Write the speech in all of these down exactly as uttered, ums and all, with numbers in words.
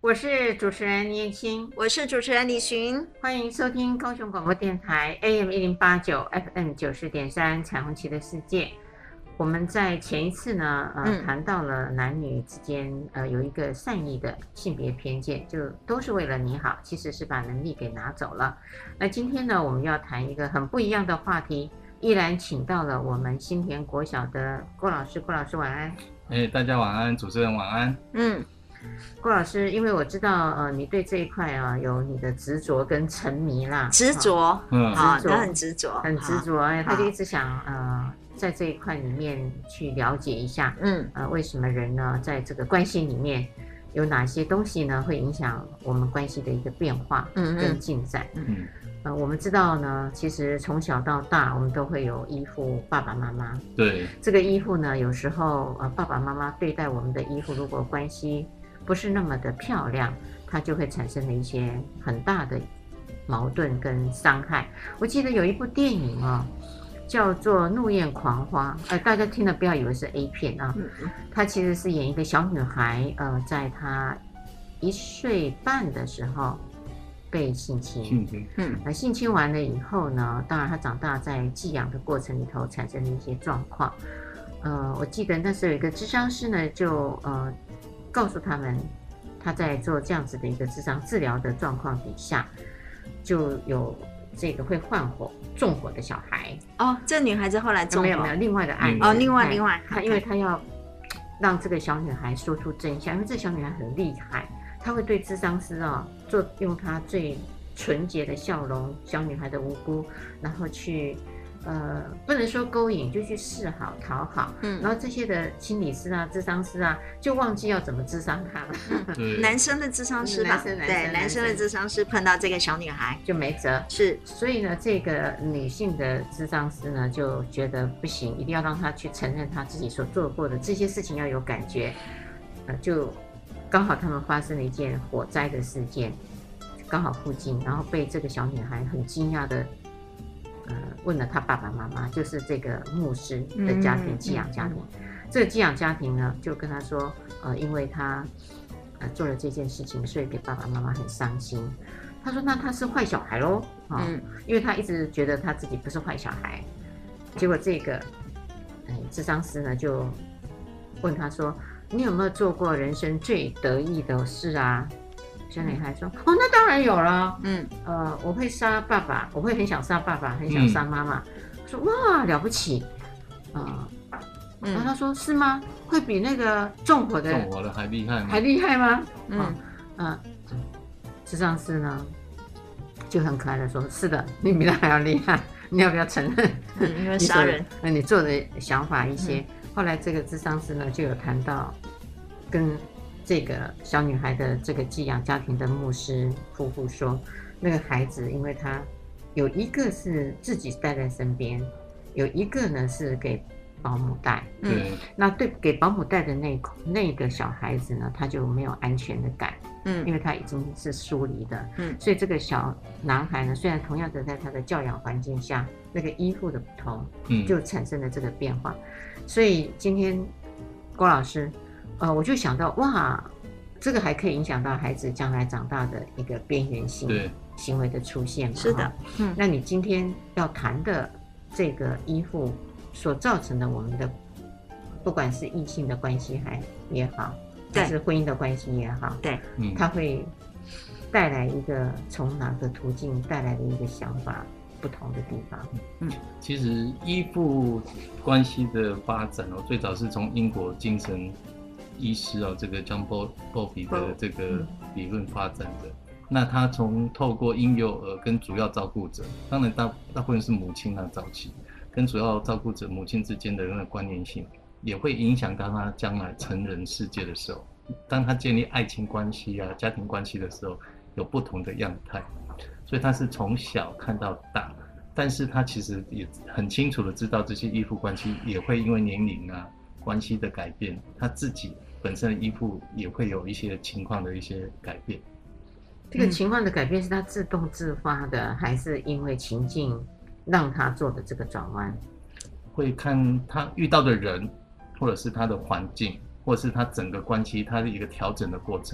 我是主持人倪燕青， 我是主持人李寻， 欢迎收听高雄广播电台 A M 一零八九 F M 九十点三彩虹旗的世界。我们在前一次呢，呃， 嗯谈到了男女之间呃有一个善意的性别偏见，就都是为了你好，其实是把能力给拿走了。那今天呢，我们要谈一个很不一样的话题，依然请到了我们新田国小的郭老师，郭老师晚安。 哎，大家晚安，主持人晚安。 嗯， 郭老师，因为我知道，呃，你对这一块啊有你的执着跟沉迷啦， 执着， 嗯好， 执着他很执着， 很执着，哎， 好他就一直想，呃，在这一块里面去了解一下， 嗯呃，为什么人呢，在这个关系里面有哪些东西呢，会影响我们关系的一个变化嗯跟嗯进展？ 嗯， 呃，我们知道呢，其实从小到大，我们都会有依附爸爸妈妈。 对， 这个依附呢，有时候呃，爸爸妈妈对待我们的依附，如果关系不是那么的漂亮，它就会产生了一些很大的矛盾跟伤害。我记得有一部电影哦，叫做《怒焰狂花》，呃，大家听了不要以为是 A 片啊， 嗯它其实是演一个小女孩，呃，在她一岁半的时候被性侵。 性侵， 嗯那性侵完了以后呢，当然她长大在寄养的过程里头产生了一些状况。呃，我记得那时候有一个咨商师呢，就呃告诉他们，他在做这样子的一个咨商治疗的状况底下，就有这个会患火、纵火的小孩。 哦，这女孩子后来中了没有没有另外的案子哦，另外哎另外， 他因为他要让这个小女孩说出真相，因为这小女孩很厉害，她会对咨商师啊、哦、做用她最纯洁的笑容，小女孩的无辜，然后去呃不能说勾引，就去示好讨好， 嗯然后这些的心理师啊、咨商师啊就忘记要怎么咨商她了， 对， 男生的智商师吧， 男生男生对，男生的智商师碰到这个小女孩就没辙。 是， 所以呢，这个女性的咨商师呢，就觉得不行，一定要让她去承认她自己所做过的这些事情要有感觉。呃，就刚好他们发生了一件火灾的事件，刚好附近，然后被这个小女孩很惊讶的，呃，问了她爸爸妈妈，就是这个牧师的家庭、 嗯寄养家庭。这个寄养家庭呢，就跟她说，呃，因为她呃做了这件事情，所以给爸爸妈妈很伤心。他说：“那他是坏小孩喽？哦， 嗯因为他一直觉得他自己不是坏小孩。结果这个，哎，智商师呢就问他说：‘你有没有做过人生最得意的事啊？’小女孩说：‘哦，那当然有了。 嗯呃，我会杀爸爸，我会很想杀爸爸，很想杀妈妈。说哇，了不起。呃，然后嗯他说：‘是吗？会比那个纵火的纵火的还厉害吗？ 还厉害吗？’ 嗯嗯，智商师呢就很可爱的说：“是的，你比他还要厉害，你要不要承认？ 嗯，因为你杀人， 所你做的想法一些。后来这个智商师呢就有谈到，跟这个小女孩的这个寄养家庭的牧师夫妇说，那个孩子因为他有一个是自己带在身边，有一个呢是给保姆带。 嗯对， 那对给保姆带的那那个小孩子呢，他就没有安全的感。因嗯为他已经是疏离的， 嗯所以这个小男孩呢，虽然同样的在他的教养环境下，那个依附的不同， 嗯， 就产生了这个变化。所以今天郭老师，呃，我就想到，哇，这个还可以影响到孩子将来长大的一个边缘性对， 行为的出现嘛。 是的哈， 嗯那你今天要谈的这个依附所造成的我们的，不管是异性的关系还也好， 对还是婚姻的关系也好， 对， 嗯， 它会带来一个从哪个途径带来的一个想法不同的地方。 其实依附关系的发展哦，最早是从英国精神医师哦，这个 John Bowlby 的这个理论发展的。那他从透过婴幼儿跟主要照顾者，当然大大部分是母亲啊早期，跟主要照顾者母亲之间的那个关联性，也会影响到他将来成人世界的时候，当他建立爱情关系啊、家庭关系的时候，有不同的样态。所以他是从小看到大，但是他其实也很清楚的知道这些依附关系也会因为年龄啊关系的改变，他自己本身的依附也会有一些情况的一些改变。 这个情况的改变是他自动自发的，还是因为情境让他做的这个转弯？ 会看他遇到的人，或者是他的环境，或者是他整个关系他的一个调整的过程，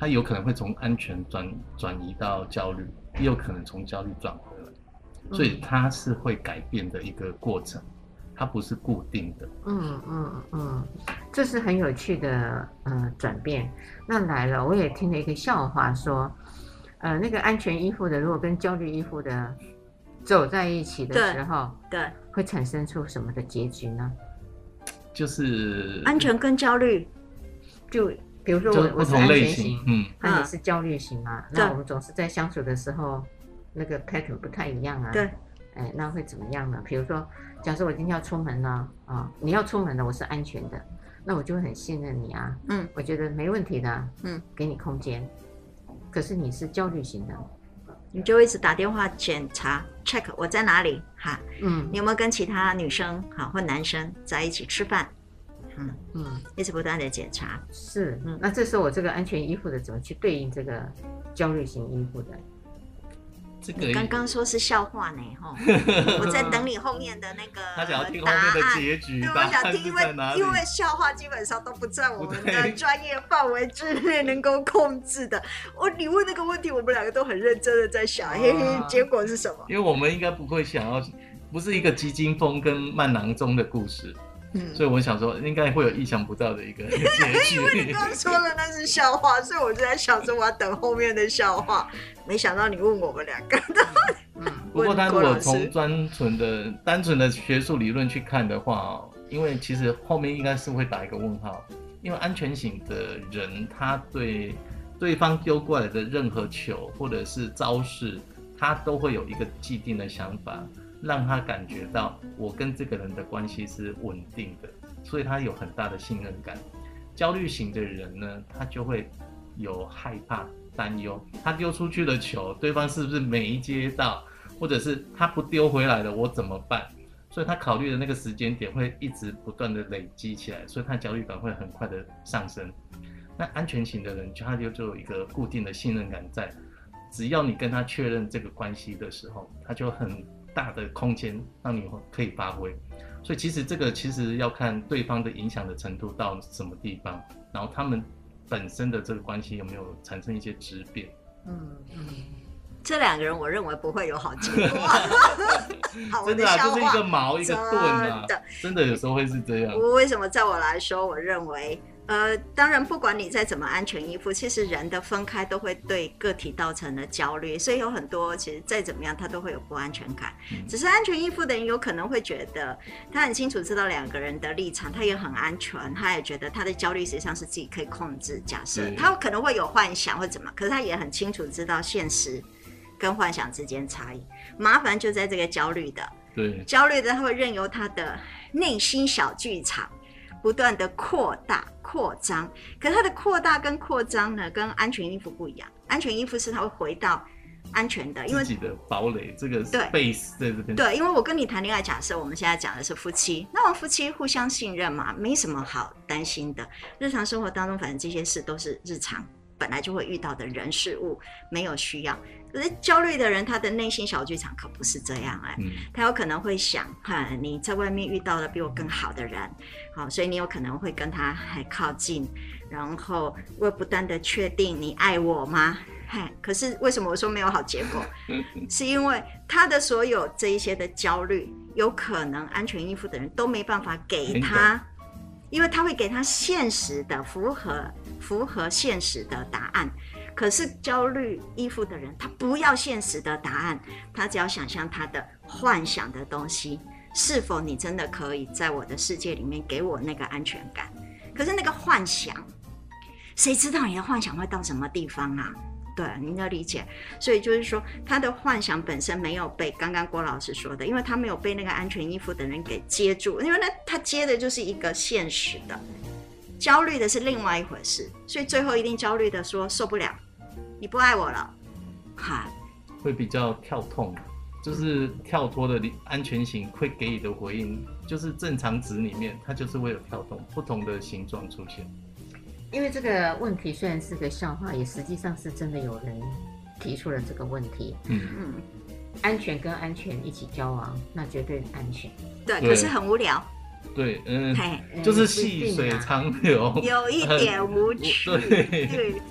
他有可能会从安全转转移到焦虑，也有可能从焦虑转回来，所以它是会改变的一个过程，它不是固定的。 嗯嗯嗯，这是很有趣的呃转变。那来了，我也听了一个笑话说，呃，那个安全依附的如果跟焦虑依附的走在一起的时候， 对，对会产生出什么的结局呢？ 就是安全跟焦虑， 就比如说就我我是不同类安全型， 型，嗯， 那你是焦虑型嘛？ 对那我们总是在相处的时候，那个 pattern 不太一样啊。 对， 哎，那会怎么样呢？比如说，假设我今天要出门呢，啊，你要出门了，我是安全的，那我就会很信任你啊， 嗯， 我觉得没问题的， 嗯， 给你空间。可是你是焦虑型的， 你就一直打电话检查 check 我在哪里哈， 嗯你有没有跟其他女生哈或男生在一起吃饭，嗯， 嗯， 一直不断的检查， 是， 嗯那这时候我这个安全依附的怎么去对应这个焦虑型依附的？ 这个你刚刚说是笑话呢，哈，我在等你后面的那个他想要听后答面的案。 结局， 对，我答案想听，因为是在哪里？ 因为笑话基本上都不在我们的不对专业范围之内能够控制的。我你问那个问题，我们两个都很认真的在想，嘿嘿，结果是什么？ 因为我们应该不会想要，不是一个急惊风跟慢郎中的故事， 嗯， 所以我想说应该会有意想不到的一个结因为你局。 刚刚说了那是笑话，所以我就在想说我要等后面的笑话。没想到你问我们两个的。 嗯不过他如果问郭老师从单纯的单纯的学术理论去看的话哦，因为其实后面应该是会打一个问号，因为安全型的人他对对方丢过来的任何球或者是招式，他都会有一个既定的想法，让他感觉到我跟这个人的关系是稳定的，所以他有很大的信任感。焦虑型的人呢，他就会有害怕、担忧，他丢出去的球，对方是不是没接到，或者是他不丢回来了，我怎么办？所以他考虑的那个时间点会一直不断的累积起来，所以他焦虑感会很快的上升。那安全型的人，他就就有一个固定的信任感在，只要你跟他确认这个关系的时候，他就很大的空间让你可以发挥。所以其实这个其实要看对方的影响的程度到什么地方，然后他们本身的这个关系有没有产生一些质变。 嗯嗯， 这两个人我认为不会有好结果。好，我真的啊， 笑就是一话个矛一个盾啊， 真的真的有时候会是这样。 我为什么在我来说，我认为，呃，当然不管你再怎么安全依附，其实人的分开都会对个体造成的焦虑，所以有很多其实再怎么样他都会有不安全感。 嗯只是安全依附的人有可能会觉得他很清楚知道两个人的立场，他也很安全，他也觉得他的焦虑实际上是自己可以控制。假设对他可能会有幻想或怎么，可是他也很清楚知道现实跟幻想之间差异。麻烦就在这个焦虑的。 对， 焦虑的他会任由他的内心小剧场不断的扩大扩张，可是他的扩大跟扩张呢，跟安全依附不一样。安全依附是他会回到安全的，因为自己的堡垒这个对 base 在这边。 对，因为我跟你谈恋爱，假设我们现在讲的是夫妻，那我们夫妻互相信任嘛，没什么好担心的。日常生活当中，反正这些事都是日常本来就会遇到的人事物，没有需要。可是焦虑的人，他的内心小剧场可不是这样哎、 嗯， 他有可能会想，哈，你在外面遇到了比我更好的人，好，所以你有可能会跟他还靠近，然后会不断的确定你爱我吗？嗨，可是为什么我说没有好结果？是因为他的所有这一些的焦虑，有可能安全依附的人都没办法给他，因为他会给他现实的、符合符合现实的答案。可是焦虑依附的人，他不要现实的答案，他只要想象他的幻想的东西，是否你真的可以在我的世界里面给我那个安全感？可是那个幻想，谁知道你的幻想会到什么地方啊？对，您要理解。所以就是说，他的幻想本身没有被刚刚郭老师说的，因为他没有被那个安全依附的人给接住，因为那他接的就是一个现实的。焦虑的是另外一回事，所以最后一定焦虑的说受不了，你不爱我了，哈， 会比较跳痛，就是跳脱的安全型会给予的回应，就是正常值里面，它就是会有跳动，不同的形状出现。 因为这个问题虽然是个笑话，也实际上是真的有人提出了这个问题。 嗯嗯， 安全跟安全一起交往，那绝对安全。 对， 对可是很无聊， 对，嗯， 嘿， 就是细水长流， 有一点无趣， 对对，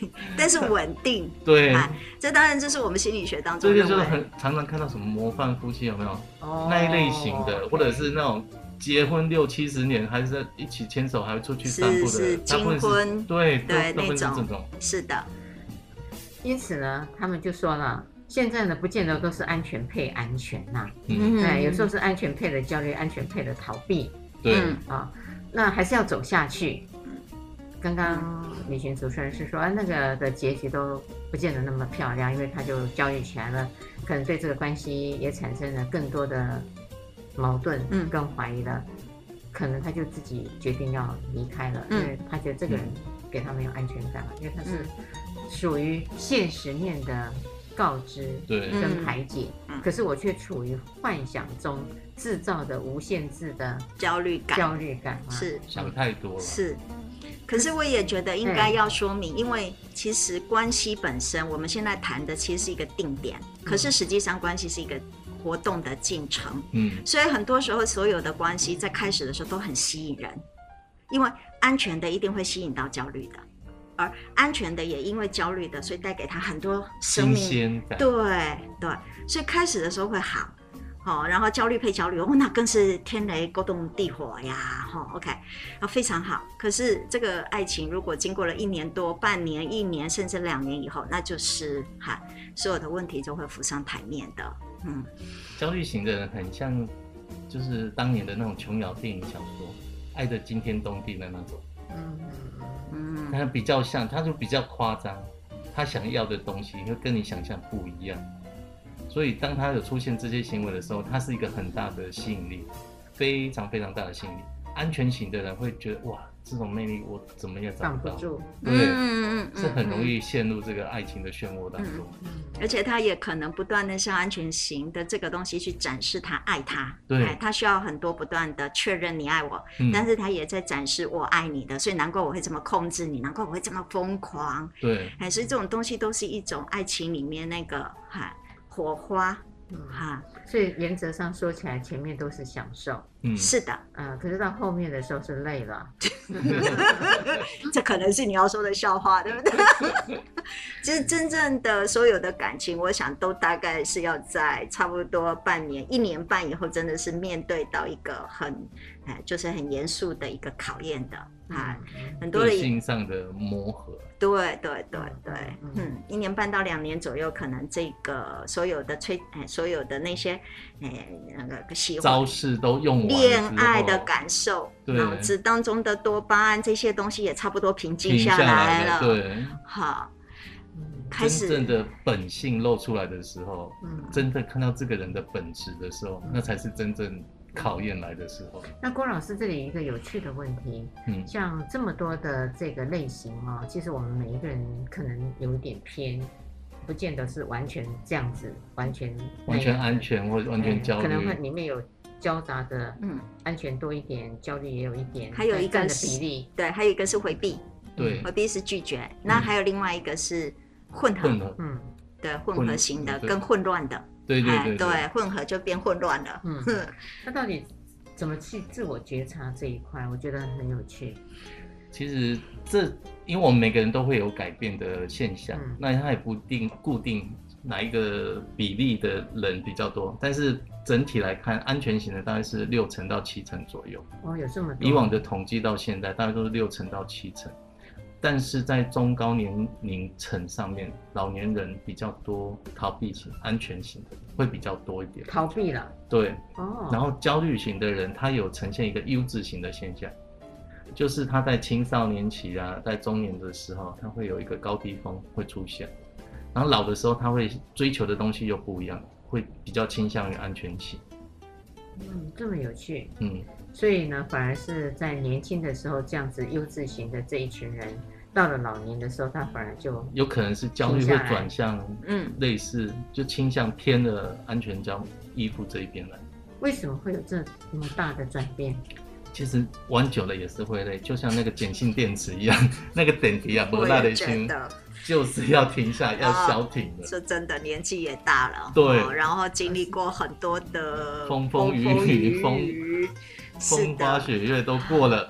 但是稳定。 对、 啊，这当然这是我们心理学当中这认为， 个就是很常常看到什么模范夫妻有没有？ 哦那一类型的，或者是那种结婚六七十年还是一起牵手还会出去散步的， 是是大部分金婚， 对对大部分是那种这种， 是的， 因此呢，他们就说了，现在呢不见得都是安全配安全呐、 嗯， 对，有时候是安全配的焦虑，安全配的逃避对， 嗯啊，那还是要走下去。刚刚李寻主持人是说，啊，那个的结局都不见得那么漂亮，因为他就焦虑起来了，可能对这个关系也产生了更多的矛盾， 嗯跟怀疑了，可能他就自己决定要离开了， 嗯因为他觉得这个人给他没有安全感了，因为他是属于现实面的告知对跟排解， 嗯可是我却处于幻想中制造的无限制的焦虑感焦虑感嘛， 是想太多了， 是。可是我也觉得应该要说明，因为其实关系本身，我们现在谈的其实是一个定点，可是实际上关系是一个活动的进程， 嗯， 所以很多时候所有的关系在开始的时候都很吸引人，因为安全的一定会吸引到焦虑的，而安全的也因为焦虑的，所以带给他很多生新命， 鲜感， 对对，所以开始的时候会好。哦，然后焦虑配焦虑，哦，那更是天雷勾动地火呀，哈、哦、，OK， 啊，非常好。可是这个爱情如果经过了一年多、半年、一年，甚至两年以后，那就是哈，所有的问题就会浮上台面的。嗯， 焦虑型的人很像，就是当年的那种琼瑶电影小说，爱得惊天动地的那种， 嗯嗯， 他比较像，他就比较夸张，他想要的东西会跟你想象不一样。所以当他有出现这些行为的时候，他是一个很大的吸引力，非常非常大的吸引力。安全型的人会觉得哇，这种魅力我怎么也找不到， 挡不住， 对， 嗯是很容易陷入这个爱情的漩涡当中。 嗯而且他也可能不断的向安全型的这个东西去展示他爱他， 对哎，他需要很多不断的确认你爱我， 嗯但是他也在展示我爱你的，所以难怪我会这么控制你，难怪我会这么疯狂， 对， 哎，所以这种东西都是一种爱情里面那个哈火花嗯哈， 所以原则上说起来，前面都是享受， 嗯， 是的， 呃，可是到后面的时候是累了， 这可能是你要说的笑话，对不对？其实真正的所有的感情，我想都大概是要在差不多半年、一年半以后，真的是面对到一个很，哎，就是很严肃的一个考验的啊，很多个的性上的磨合， 对对对对， 嗯嗯，一年半到两年左右，可能这个所有的催，哎，所有的那些，哎，那个喜欢招式都用完了之后恋爱的感受， 对脑子当中的多巴胺这些东西也差不多平静停下来了，对， 好， 嗯开始真正的本性露出来的时候， 嗯真的看到这个人的本质的时候，那才是真正考验来的时候。 那郭老师这里有一个有趣的问题， 嗯， 像这么多的这个类型哦，其实我们每一个人可能有一点偏，不见得是完全这样子，完全完全安全或完全焦虑， 可能会里面有交杂的， 嗯， 安全多一点，焦虑也有一点， 还有一个占的是比例， 对，还有一个是回避， 对回避是拒绝，那还有另外一个是混合， 混合， 嗯对，混合型的混对跟混乱的， 对对对哎对，混合就变混乱了， 嗯，那到底怎么去自我觉察这一块？我觉得很有趣。 其实这，因为我们每个人都会有改变的现象， 嗯那它也不定固定哪一个比例的人比较多，但是整体来看，安全型的大概是六成到七成左右。 哦，有这么多。 以往的统计到现在，大概都是六成到七成。但是在中高年龄层上面，老年人比较多，逃避型、安全型的会比较多一点。 逃避了。 对， 哦。 然后焦虑型的人，他有呈现一个 U 字型的现象，就是他在青少年期啊，在中年的时候，他会有一个高低峰会出现，然后老的时候，他会追求的东西又不一样，会比较倾向于安全型。 嗯，这么有趣。 嗯， 所以呢，反而是在年轻的时候，这样子优质型的这一群人，到了老年的时候，他反而就有可能是焦虑会转向， 嗯， 类似就倾向偏了安全焦依附这一边来。 为什么会有这么大的转变？ 其实玩久了也是会累，就像那个碱性电池一样，那个电池啊，不辣的心，就是要停下，要消停的。 是真的，年纪也大了， 对， 哦，然后经历过很多的风风雨雨、风风花雪月都过了，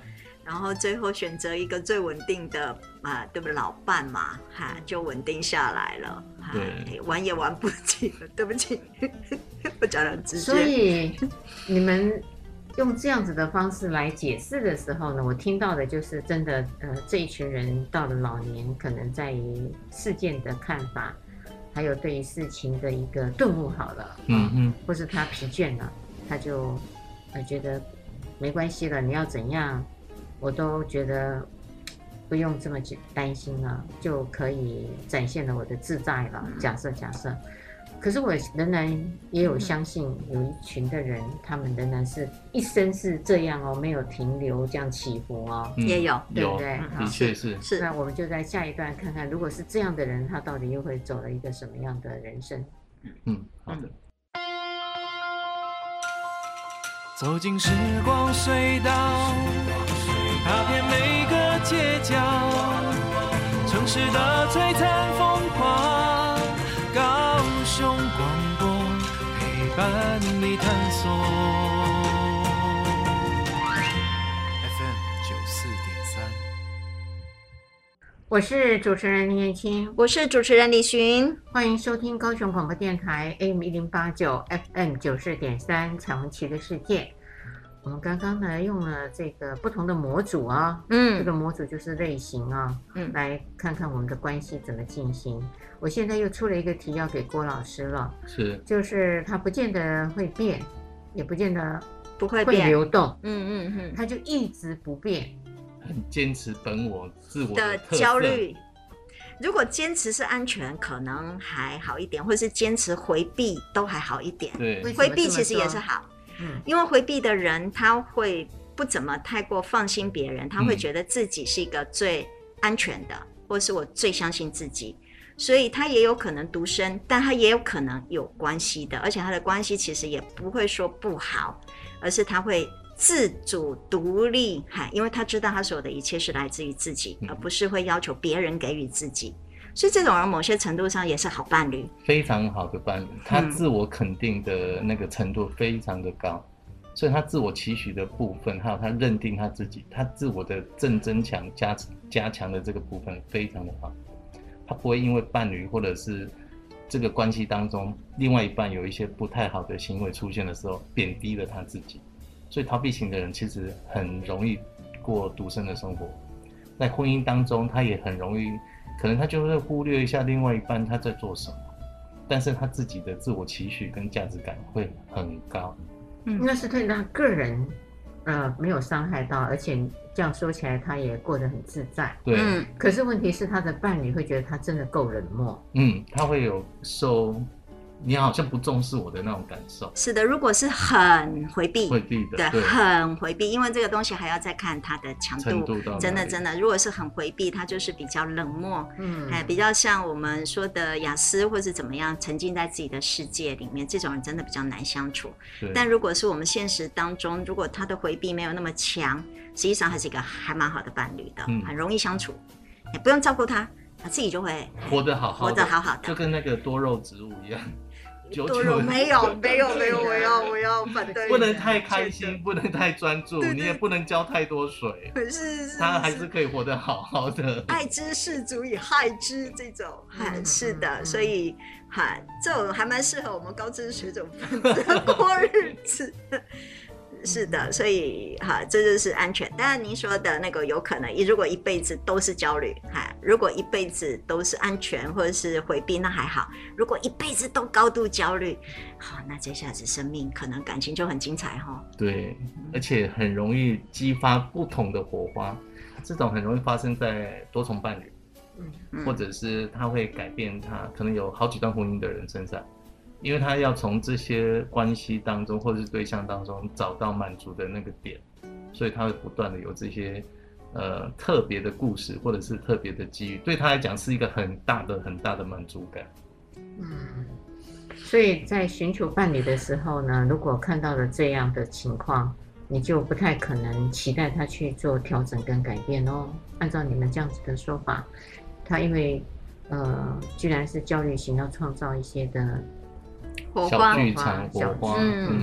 然后最后选择一个最稳定的啊，对不对？老伴嘛，哈，就稳定下来了。 对， 玩也玩不起了，对不起，我讲得很直接。 所以你们用这样子的方式来解释的时候呢，我听到的就是真的，呃，这一群人到了老年，可能在于事件的看法，还有对于事情的一个顿悟好了， 嗯嗯， 或是他疲倦了，他就呃觉得没关系了，你要怎样，我都觉得不用这么担心了，就可以展现了我的自在了。假设假设。可是我仍然也有相信有一群的人，他们仍然是一生是这样哦，没有停留，这样起伏哦， 嗯、 也有， 对不对？ 的确是。 是。 那我们就在下一段看看，如果是这样的人，他到底又会走了一个什么样的人生？ 嗯，好的。 走进时光隧道，踏遍每个街角，城市的璀璨风华。高雄广播陪伴你探索 F M 九四点三， 我是主持人林燕青， 我是主持人李寻， 欢迎收听高雄广播电台 A M 一零八九 F M 九四点三彩虹旗的世界。我们刚刚呢用了这个不同的模组啊，嗯，这个模组就是类型啊，嗯，来看看我们的关系怎么进行。我现在又出了一个题要给郭老师了， 是， 就是他不见得会变，也不见得不会变会流动， 嗯嗯嗯， 他就一直不变， 很坚持本我自我的特色焦虑。如果坚持是安全，可能还好一点，或是坚持回避都还好一点。 对， 回避其实也是好。 嗯， 因为回避的人他会不怎么太过放心别人，他会觉得自己是一个最安全的，嗯、或是我最相信自己，所以他也有可能独身，但他也有可能有关系的，而且他的关系其实也不会说不好，而是他会自主独立，因为他知道他所有的一切是来自于自己，嗯、而不是会要求别人给予自己。所以这种人某些程度上也是好伴侣， 非常好的伴侣，他自我肯定的那个程度非常的高，嗯、所以他自我期许的部分，还有他认定他自己，他自我的正增强加加强的这个部分非常的好，他不会因为伴侣或者是这个关系当中另外一半有一些不太好的行为出现的时候，贬低了他自己，所以逃避型的人其实很容易过独身的生活，在婚姻当中他也很容易。可能他就会忽略一下另外一半他在做什么，但是他自己的自我期许跟价值感会很高。 嗯，那是对他个人，呃，没有伤害到，而且这样说起来，他也过得很自在。 对， 嗯、可是问题是，他的伴侣会觉得他真的够冷漠。 嗯，他会有受。你好像不重视我的那种感受。 是的，如果是很回避， 回避的， 对，很回避，因为这个东西还要再看它的强度。 度真的真的，如果是很回避，它就是比较冷漠，嗯，哎，比较像我们说的雅思或是怎么样，沉浸在自己的世界里面，这种人真的比较难相处。但如果是我们现实当中，如果他的回避没有那么强，实际上还是一个还蛮好的伴侣的，嗯、很容易相处，也不用照顾他，他自己就会活得好好的， 活得好好的， 就跟那个多肉植物一样。 多肉没有没有没有，我要我要反对。 不能太开心，不能太专注，你也不能浇太多水。 是是， 他还是可以活得好好的。 爱之是足以害之，这种，嗯、是的，所以哈，这种还蛮适合我们高知识水准分子过日子。是的，所以哈，这就是安全。当然您说的那个有可能，如果一辈子都是焦虑，哈，如果一辈子都是安全或者是回避，那还好。如果一辈子都高度焦虑，好，那接下来是生命可能感情就很精彩哈。 对，而且很容易激发不同的火花，这种很容易发生在多重伴侣，嗯，或者是他会改变他可能有好几段婚姻的人身上。因为他要从这些关系当中或者是对象当中找到满足的那个点，所以他会不断的有这些呃特别的故事或者是特别的机遇，对他来讲是一个很大的很大的满足感。 嗯，所以在寻求伴侣的时候呢，如果看到了这样的情况，你就不太可能期待他去做调整跟改变哦。按照你们这样子的说法，他因为呃居然是焦虑型，要创造一些的火花、 小剧场、火花，嗯，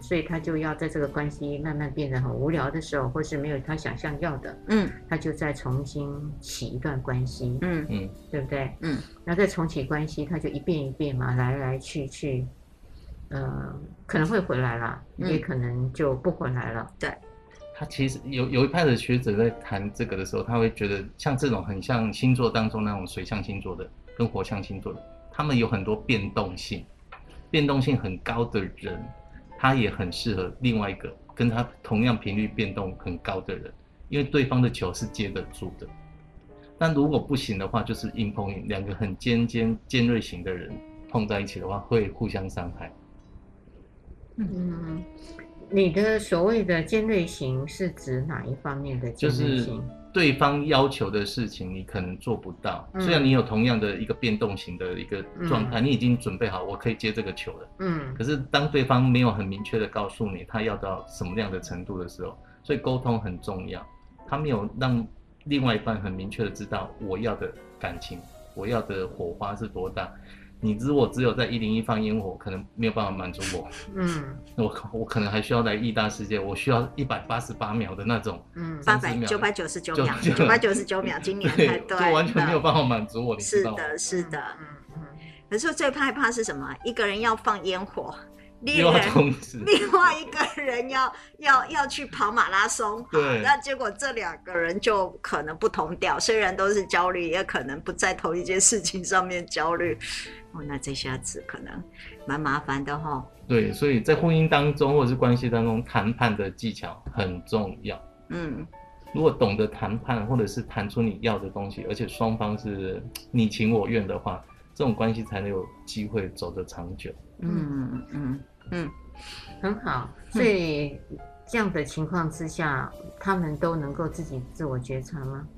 所以他就要在这个关系慢慢变得很无聊的时候，或是没有他想象要的，嗯，他就再重新起一段关系，嗯嗯，对不对？嗯，那再重启关系，他就一遍一遍嘛，来来去去，呃，可能会回来啦，嗯、也可能就不回来了。 对， 他其实有有一派的学者在谈这个的时候，他会觉得像这种很像星座当中那种水象星座的跟火象星座的，他们有很多变动性，变动性很高的人，他也很适合另外一个跟他同样频率变动很高的人，因为对方的球是接得住的。但如果不行的话，就是硬碰硬，两个很尖尖尖锐型的人碰在一起的话，会互相伤害。 嗯，你的所谓的尖锐型是指哪一方面的尖锐型？ 就是对方要求的事情你可能做不到，嗯、虽然你有同样的一个变动型的一个状态，嗯、你已经准备好我可以接这个球了，嗯，可是当对方没有很明确的告诉你他要到什么样的程度的时候，所以沟通很重要，他没有让另外一半很明确的知道我要的感情，我要的火花是多大。你如果只有在一零一放烟火，可能没有办法满足我。嗯，我我可能还需要来意大世界，我需要一百八十八秒的那种，嗯， 八百九百九十九秒，九百九十九秒，今年才对， 就完全没有办法满足我，你知道吗？ 是的，是的，嗯嗯。可是最害怕是什么？一个人要放烟火。 另外另外一个人要要要去跑马拉松，对，那结果这两个人就可能不同调，虽然都是焦虑，也可能不在同一件事情上面焦虑。哦，那这下子可能蛮麻烦的哈。 对，所以在婚姻当中或者是关系当中，谈判的技巧很重要。嗯，如果懂得谈判，或者是谈出你要的东西，而且双方是你情我愿的话，这种关系才能有机会走得长久。 嗯嗯嗯，很好。所以这样的情况之下，他们都能够自己自我觉察吗？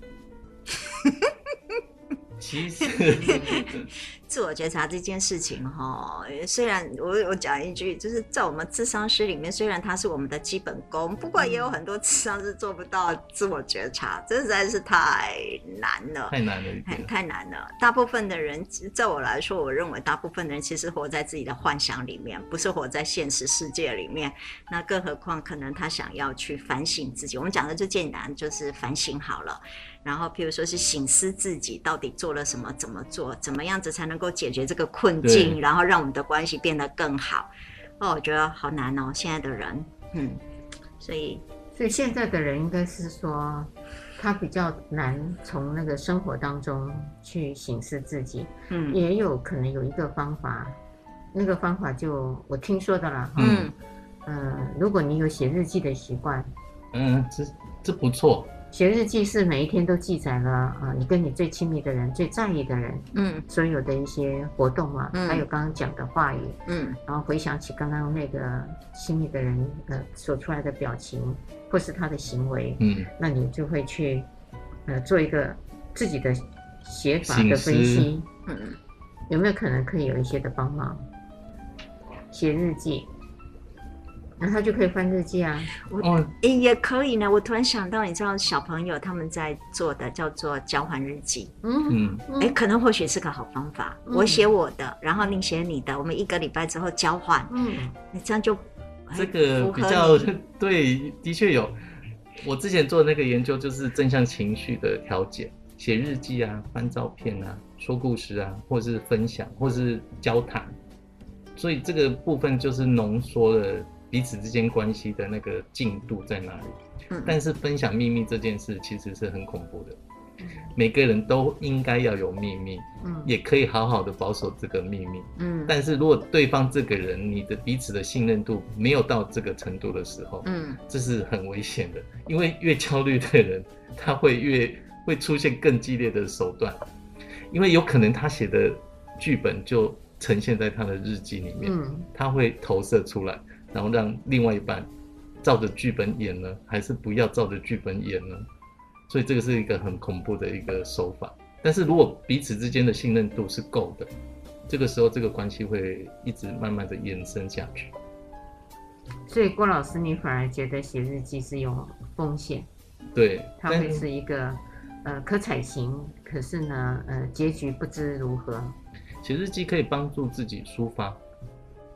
其实自我觉察这件事情哈，虽然我我讲一句，就是在我们諮商师里面，虽然它是我们的基本功，不过也有很多諮商师做不到自我觉察，这实在是太难了， 太难了一点，太难了。大部分的人，在我来说，我认为大部分的人其实活在自己的幻想里面，不是活在现实世界里面。那更何况，可能他想要去反省自己。我们讲的最简单，就是反省好了。然后譬如说是省思自己到底做了什么，怎么做，怎么样子才能够解决这个困境，然后让我们的关系变得更好。哦，我觉得好难哦，现在的人，嗯，所以所以现在的人应该是说，他比较难从那个生活当中去省思自己，嗯，也有可能有一个方法，那个方法就我听说的啦，嗯，呃，如果你有写日记的习惯， 嗯，这这不错。 写日记是每一天都记载了啊、呃，你跟你最亲密的人、最在意的人，嗯，所有的一些活动啊，嗯、还有刚刚讲的话语，嗯，然后回想起刚刚那个亲密的人呃所出来的表情或是他的行为，嗯，那你就会去呃做一个自己的写法的分析，嗯，有没有可能可以有一些的帮忙？写日记。那他就可以翻日记啊， 我也可以呢。我突然想到，你知道小朋友他们在做的叫做交换日记，嗯嗯，哎，可能或许是个好方法。嗯、我写我的，然后你写你的，我们一个礼拜之后交换，嗯，你这样就这个比较对，的确有。我之前做的那个研究就是正向情绪的调节，写日记啊，翻照片啊，说故事啊，或是分享，或是交谈，所以这个部分就是浓缩了彼此之间关系的那个进度在哪里？嗯，但是分享秘密这件事其实是很恐怖的。嗯，每个人都应该要有秘密，嗯，也可以好好的保守这个秘密，嗯。但是如果对方这个人，你的彼此的信任度没有到这个程度的时候，嗯，这是很危险的，因为越焦虑的人，他会越会出现更激烈的手段，因为有可能他写的剧本就呈现在他的日记里面，嗯，他会投射出来。然后让另外一半照着剧本演呢，还是不要照着剧本演呢？所以这个是一个很恐怖的一个手法。但是如果彼此之间的信任度是够的，这个时候这个关系会一直慢慢的延伸下去。 所以郭老师，你反而觉得写日记是有风险？ 对， 它会是一个呃可采行，可是呢，呃结局不知如何。 写日记可以帮助自己抒发。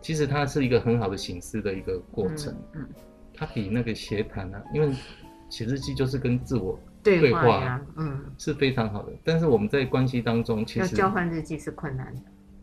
其实它是一个很好的省思的一个过程。 嗯， 它比那个协谈啊，因为写日记就是跟自我对话呀，嗯， 是非常好的。但是我们在关系当中，其实要交换日记是困难的。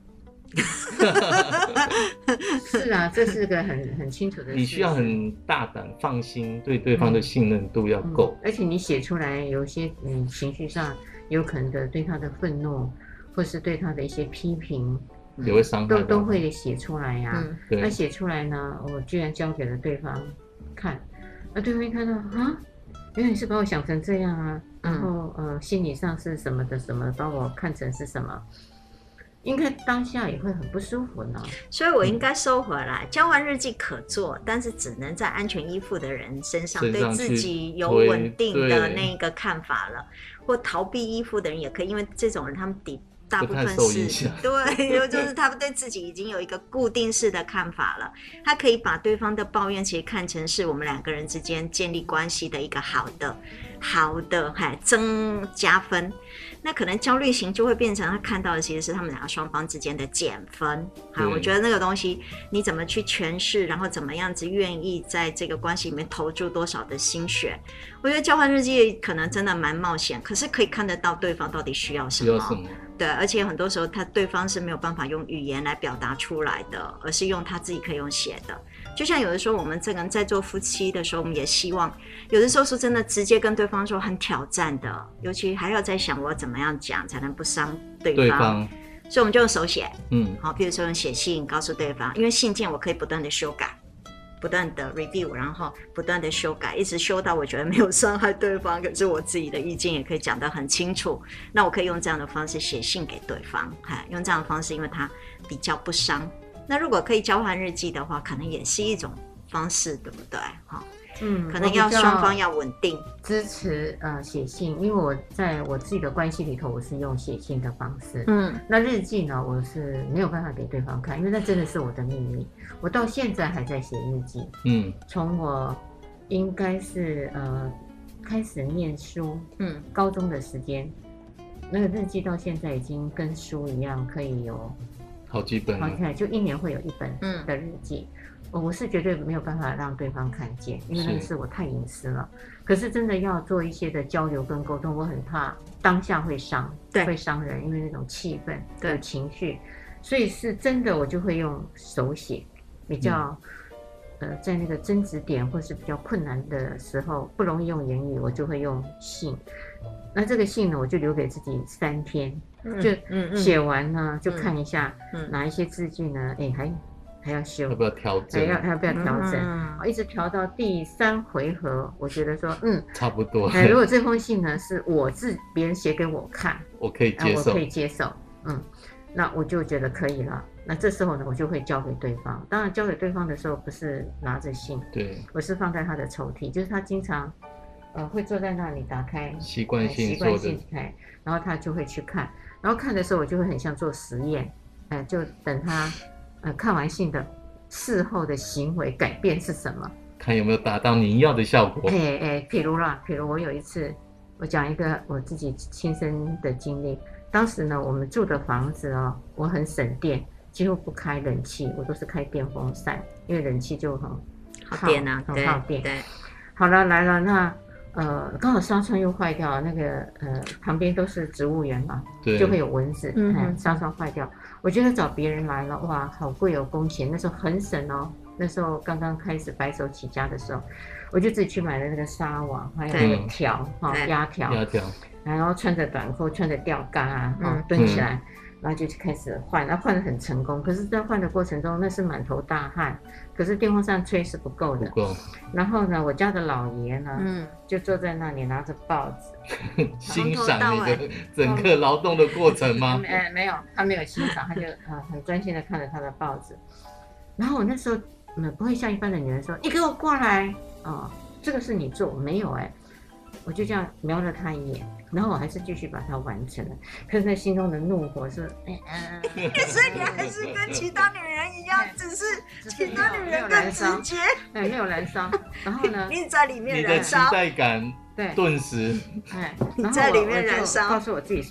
是啊，这是个很很清楚的事。 你需要很大胆、放心，对对方的信任度要够、 嗯嗯。而且你写出来，有些嗯情绪上有可能的对他的愤怒，或是对他的一些批评， 也会伤害都都会写出来呀、啊。 嗯、 那写出来呢，我居然交给了对方看，那对方一看到啊，原来你是把我想成这样啊，然后、嗯、呃心理上是什么的什么，把我看成是什么。应该当下也会很不舒服呢， 所以我应该收回来。交换日记可做，但是只能在安全依附的人身上，对自己有稳定的那个看法了。或逃避依附的人也可以，因为这种人他们底大部分是对，就是他们对自己已经有一个固定式的看法了。他可以把对方的抱怨其实看成是我们两个人之间建立关系的一个好的、好的，还增加分。那可能焦虑型就会变成他看到的其实是他们两个双方之间的减分。好，我觉得那个东西你怎么去诠释，然后怎么样子愿意在这个关系里面投注多少的心血，我觉得交换日记可能真的蛮冒险，可是可以看得到对方到底需要什么。 需要什么？ 对，而且很多时候他对方是没有办法用语言来表达出来的，而是用他自己可以用写的。就像有的时候我们这个人在做夫妻的时候，我们也希望有的时候是真的直接跟对方说很挑战的，尤其还要在想我怎么样讲才能不伤对方， 对方所以我们就用手写， 嗯， 好，比如说用写信告诉对方，因为信件我可以不断的修改，不断的 review， 然后不断的修改，一直修到我觉得没有伤害对方，可是我自己的意见也可以讲得很清楚，那我可以用这样的方式写信给对方，用这样的方式，因为它比较不伤。那如果可以交换日记的话，可能也是一种方式，对不对？嗯，可能要双方要稳定支持呃写信，因为我在我自己的关系里头，我是用写信的方式。 嗯， 那日记呢，我是没有办法给对方看，因为那真的是我的秘密。我到现在还在写日记。 嗯， 从我应该是呃开始念书， 嗯， 高中的时间，那个日记到现在已经跟书一样，可以有好几本， 好看，就一年会有一本的日记。嗯，我是绝对没有办法让对方看见，因为那是我太隐私了。可是真的要做一些的交流跟沟通，我很怕当下会伤，会伤人，因为那种气氛、有情绪，所以是真的我就会用手写，比较、嗯、呃在那个争执点或是比较困难的时候，不容易用言语，我就会用信。那这个信呢，我就留给自己三天， 嗯、 就写完呢、嗯、就看一下、 嗯、 哪一些字句呢，哎还。还要修， 要不要调整？ 还要还要不要调整？ 嗯、 一直调到第三回合，我觉得说，嗯， 差不多。 哎，如果这封信呢是我自别人写给我看， 我可以接受， 我可以接受，嗯，那我就觉得可以了。那这时候呢，我就会交给对方。当然，交给对方的时候不是拿着信， 对， 我是放在他的抽屉，就是他经常，呃，会坐在那里打开， 习惯性习惯性开，然后他就会去看，然后看的时候我就会很像做实验，呃，就等他，呃，看完信的。事后的行为改变是什么？ 看有没有达到你要的效果。 哎哎，譬如啦，譬如我有一次，我讲一个我自己亲身的经历。当时呢，我们住的房子哦，我很省电，几乎不开冷气，我都是开电风扇，因为冷气就很耗电啊， 很耗电。 对， 好了，来了，那呃，刚好纱窗又坏掉，那个呃旁边都是植物园嘛，就会有蚊子，嗯，纱窗坏掉。我觉得找别人来了，哇，好贵哦，工钱。那时候很省哦，那时候刚刚开始白手起家的时候，我就自己去买了那个纱网，还有那个条哈，压条， 压条， 然后穿着短裤，穿着吊嘎啊，嗯、蹲起来，然后就开始换，然后换得很成功。可是，在换的过程中，那是满头大汗，可是电风扇吹是不够的。 不够。 然后呢，我家的老爷呢，嗯，就坐在那里拿着报纸， 欣赏你的整个劳动的过程吗？ 没没有，他没有欣赏，他就呃很专心的看着他的报纸。然后我那时候嗯不会像一般的女人说，你给我过来哦，这个是你做，没有哎、欸，我就这样瞄了他一眼。然后我还是继续把它完成了，可是那心中的怒火是， 哎呃，所以你还是跟其他女人一样，只是其他女人更直接， 哎，没有燃烧。然后呢， 你在里面燃烧， 你的期待感，对，顿时， 哎， 你在里面燃烧， 告诉我自己说，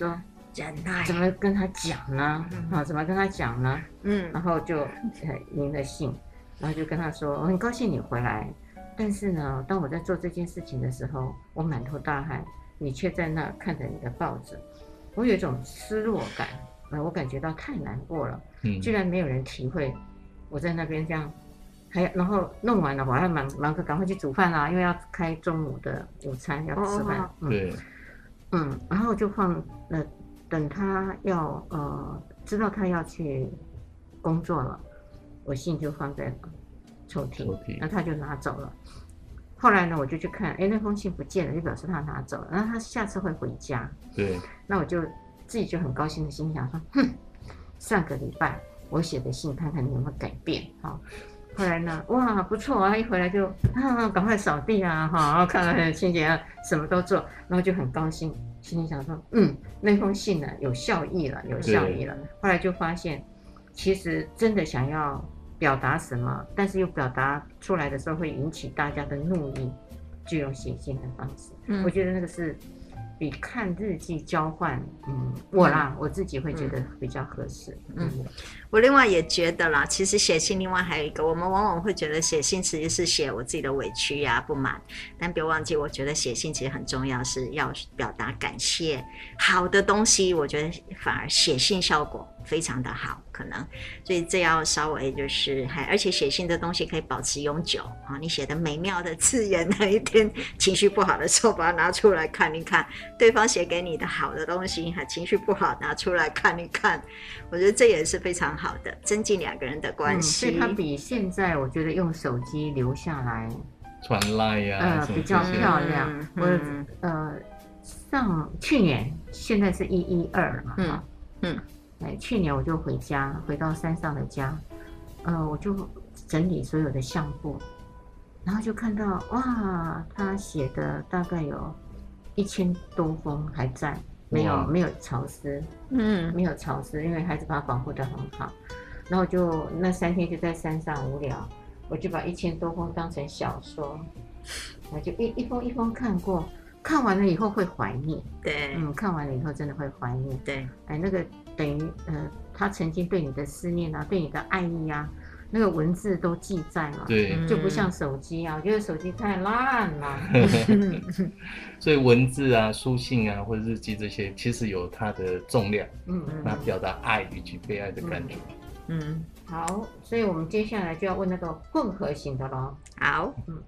忍耐怎么跟他讲呢？ 嗯啊，怎么跟他讲呢？ 嗯然后就呃赢了信，然后就跟他说，我很高兴你回来，但是呢，当我在做这件事情的时候，我满头大汗，你却在那看着你的报纸，我有一种失落感，呃，我感觉到太难过了， 嗯居然没有人体会我在那边这样，还然后弄完了，我还忙忙着赶快去煮饭啊，因为要开中午的午餐要吃饭， 哦嗯对， 嗯，然后就放呃，等他要呃知道他要去工作了，我信就放在抽屉， 抽屉那他就拿走了。后来呢，我就去看，哎，那封信不见了，就表示他拿走了。然后他下次会回家， 对， 那我就自己就很高兴的心想说，哼，上个礼拜我写的信，看看你有没有改变，好。后来呢，哇，不错啊！一回来就啊，赶快扫地啊，哈，然后看看清洁啊，什么都做，然后就很高兴，心里想说，嗯，那封信呢有效益了，有效益了。后来就发现，其实真的想要表达什么，但是又表达出来的时候会引起大家的怒意，就用写信的方式。 嗯我觉得那个是比看日记交换，嗯，我啦，我自己会觉得比较合适。 嗯，我另外也觉得啦，其实写信另外还有一个，我们往往会觉得写信其实是写我自己的委屈呀、不满，但别忘记，我觉得写信其实很重要，是要表达感谢。好的东西，我觉得反而写信效果非常的好，可能，所以这要稍微就是还，而且写信的东西可以保持永久啊。你写的美妙的字眼，哪一天情绪不好的时候，把它拿出来看一看，对方写给你的好的东西，还情绪不好拿出来看一看，我觉得这也是非常好的，增进两个人的关系。 嗯、所以它比现在我觉得用手机留下来， 传赖呀， 呃，比较漂亮。 嗯我、 嗯、 呃上去年，现在是一一二了嘛， 嗯嗯， 哎，去年我就回家，回到山上的家，呃，我就整理所有的相簿，然后就看到哇，他写的大概有一千多封还在，没有没有潮湿， 嗯， 没有潮湿，因为孩子把它保护得很好。然后就那三天就在山上无聊，我就把一千多封当成小说，我就一一封一封看过，看完了以后会怀念， 对， 嗯，看完了以后真的会怀念， 对， 哎，那个等于呃，他曾经对你的思念啊，对你的爱意啊，那个文字都记在了， 对， 就不像手机啊，我觉得手机太烂了。 所以文字啊、书信啊或者日记这些，其实有它的重量， 嗯， 那表达爱以及被爱的感觉。 嗯， 好，所以我们接下来就要问那个混合型的咯。 好， 嗯。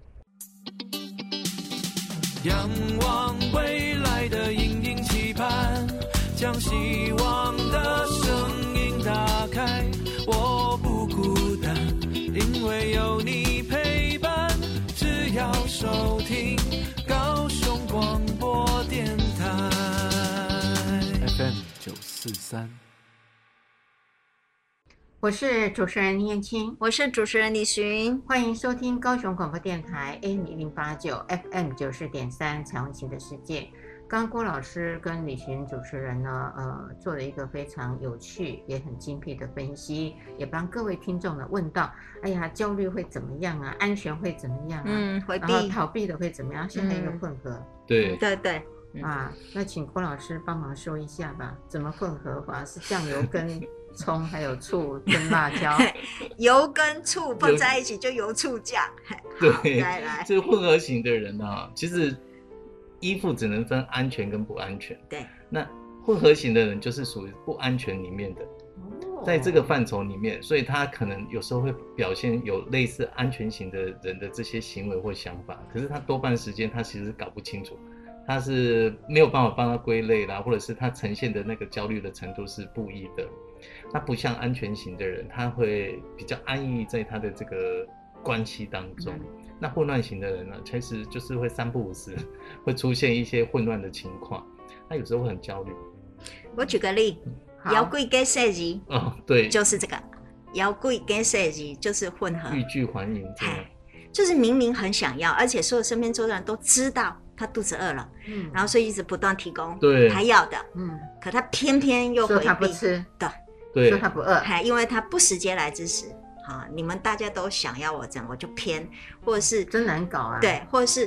仰望未来的隐隐期盼，将希望的声音打开。我不孤单，因为有你陪伴。只要收听高雄广播电台 F M 九四三。 我是主持人念青， 我是主持人李寻， 欢迎收听高雄广播电台 A M 一零八九 F M 九四点三彩虹旗的世界。刚刚郭老师跟李寻主持人呢，呃，做了一个非常有趣也很精辟的分析，也帮各位听众呢问到，哎呀，焦虑会怎么样啊？安全会怎么样啊？ 嗯，回避， 然后逃避的会怎么样？现在一个混合， 对对对。 啊，那请郭老师帮忙说一下吧，怎么混合法？是酱油跟葱，还有醋跟辣椒， 油跟醋放在一起就油醋酱。 对， 来来， 这混合型的人啊，其实衣服只能分安全跟不安全。 对， 那混合型的人就是属于不安全里面的，在这个范畴里面，所以他可能有时候会表现有类似安全型的人的这些行为或想法，可是他多半时间他其实搞不清楚。他是没有办法帮他归类啦，或者是他呈现的那个焦虑的程度是不一的。他不像安全型的人，他会比较安逸在他的这个关系当中。嗯、那混乱型的人呢，其实就是会三不五时会出现一些混乱的情况，他有时候会很焦虑。 我举个例，摇柜跟设计， 哦，对， 就是这个摇柜跟设计就是混合， 欲拒还迎这样。 就是明明很想要，而且所有身边周围的人都知道他肚子饿了，嗯，然后所以一直不断提供对他要的， 嗯， 可他偏偏又回避， 说他不吃， 对， 对， 说他不饿， 因为他不时节来之时，啊，你们大家都想要我这样，我就偏，或者是真难搞啊， 对，或者是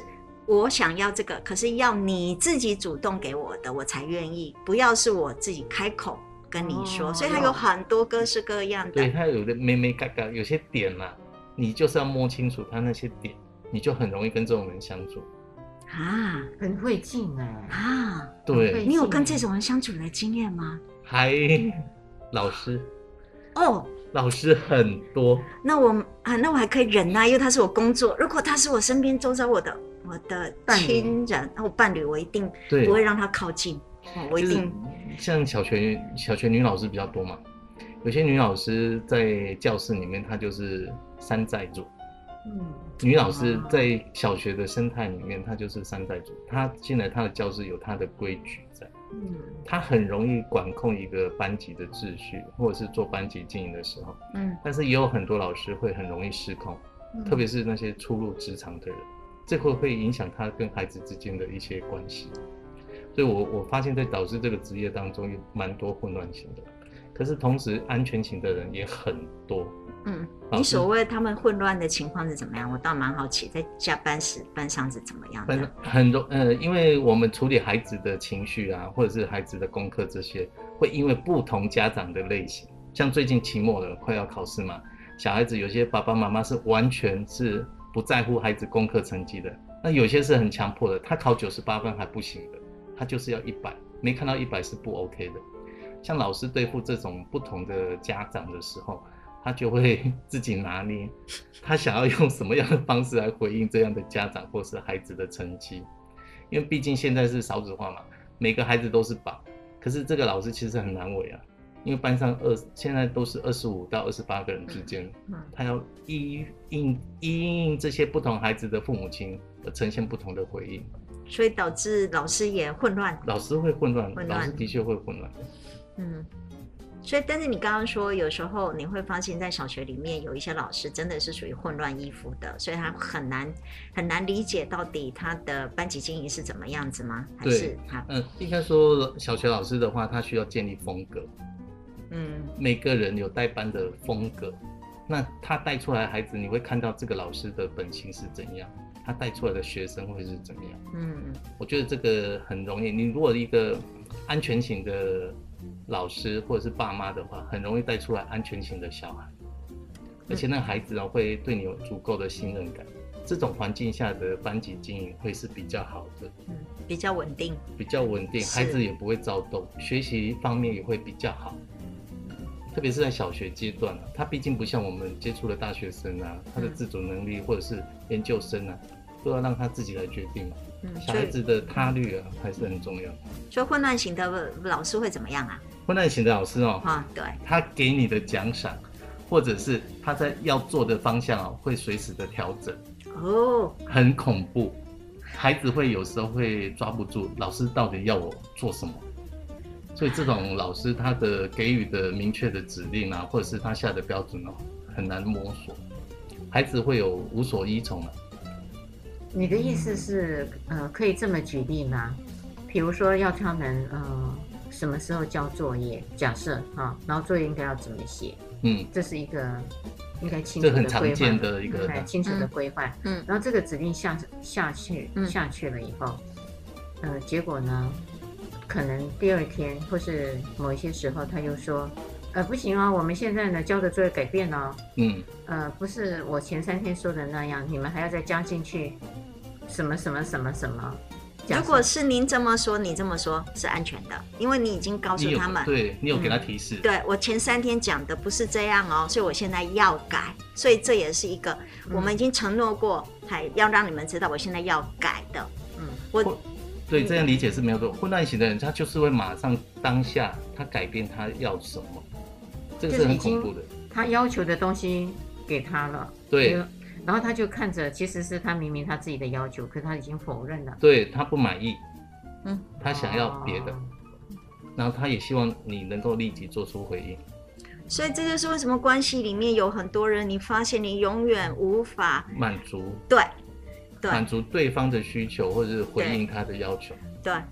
我想要这个，可是要你自己主动给我的，我才愿意，不要是我自己开口跟你说。哦、所以它有很多各式各样的。 对，它有的妹妹嘎嘎，有些点嘛、啊，你就是要摸清楚它那些点，你就很容易跟这种人相处。 啊， 很会静哎、欸、 啊， 对， 你有跟这种人相处的经验吗？ 还老师哦， 老师很多。 那我啊，那我还可以忍耐，因为他是我工作。如果他是我身边周遭我的我的亲人，我伴侣，我一定不会让他靠近。哦、我一定、 就是、像小学小学女老师比较多嘛，有些女老师在教室里面，她就是山寨组。嗯，女老师在小学的生态里面，她就是山寨组。她进来她的教室有她的规矩在，嗯，她很容易管控一个班级的秩序，或者是做班级经营的时候，嗯，但是也有很多老师会很容易失控，嗯、特别是那些初入职场的人，这会会影响他跟孩子之间的一些关系。所以我我发现，在导师这个职业当中，有蛮多混乱型的，可是同时安全型的人也很多。 嗯，你所谓他们混乱的情况是怎么样？我倒蛮好奇，在加班时班上是怎么样的？ 很容呃，因为我们处理孩子的情绪啊，或者是孩子的功课这些，会因为不同家长的类型，像最近期末了，快要考试嘛，小孩子有些爸爸妈妈是完全是不在乎孩子功课成绩的，那有些是很强迫的，他考九十八分还不行的，他就是要一百，没看到一百是不 OK 的。像老师对付这种不同的家长的时候，他就会自己拿捏，他想要用什么样的方式来回应这样的家长或是孩子的成绩。因为毕竟现在是少子化嘛，每个孩子都是宝，可是这个老师其实很难为啊，因为班上二现在都是二十五到二十八个人之间，他要依应依应这些不同孩子的父母亲而呈现不同的回应， 所以导致老师也混乱。 老师会混乱，混乱老师的确会混乱。 嗯。所以，但是你刚刚说，有时候你会发现在小学里面有一些老师真的是属于混乱依附的，所以他很难很难理解到底他的班级经营是怎么样子吗？还是他嗯，应该说小学老师的话，他需要建立风格。嗯，每个人有带班的风格，那他带出来的孩子，你会看到这个老师的本性是怎样，他带出来的学生会是怎么样。嗯，我觉得这个很容易。你如果一个安全型的老师或者是爸妈的话，很容易带出来安全型的小孩，而且那个孩子哦会对你有足够的信任感，这种环境下的班级经营会是比较好的， 嗯，比较稳定， 比较稳定，孩子也不会躁动，学习方面也会比较好，特别是在小学阶段啊，他毕竟不像我们接触的大学生啊，他的自主能力或者是研究生啊，都要让他自己来决定嘛。嗯，小孩子的他律啊还是很重要。 所以混乱型的老师会怎么样啊？ 混乱型的老师哦， 啊，对， 他给你的奖赏，或者是他在要做的方向哦，会随时的调整。哦，很恐怖，孩子会有时候会抓不住老师到底要我做什么。所以这种老师他的给予的明确的指令啊，或者是他下的标准哦，很难摸索，孩子会有无所依从啊。 你的意思是，呃，可以这么举例吗？比如说要他们，呃，什么时候交作业？假设啊，然后作业应该要怎么写？嗯，这是一个应该清楚的规划，这很常见的一个嗯、清楚的规划。嗯，然后这个指令下下去、嗯、下去了以后，呃，结果呢，可能第二天或是某一些时候，他又说。呃，不行哦，我们现在呢交的作业改变了、哦，嗯，呃，不是我前三天说的那样，你们还要再加进去什么什么什么什么。 如果是您这么说，你这么说是安全的，因为你已经告诉他们， 你对你有给他提示， 嗯、对我前三天讲的不是这样哦，所以我现在要改，所以这也是一个、嗯、我们已经承诺过，还要让你们知道我现在要改的，嗯，我。 对，这样理解是没有错。混乱型的人，他就是会马上当下他改变他要什么，这个是很恐怖的。 他要求的东西给他了， 对， 然后他就看着，其实是他明明他自己的要求，可是他已经否认了。 对，他不满意，嗯，他想要别的，哦、然后他也希望你能够立即做出回应。 所以这就是为什么关系里面有很多人，你发现你永远无法满足。 对。 满足对方的需求，或者是回应他的要求。 对，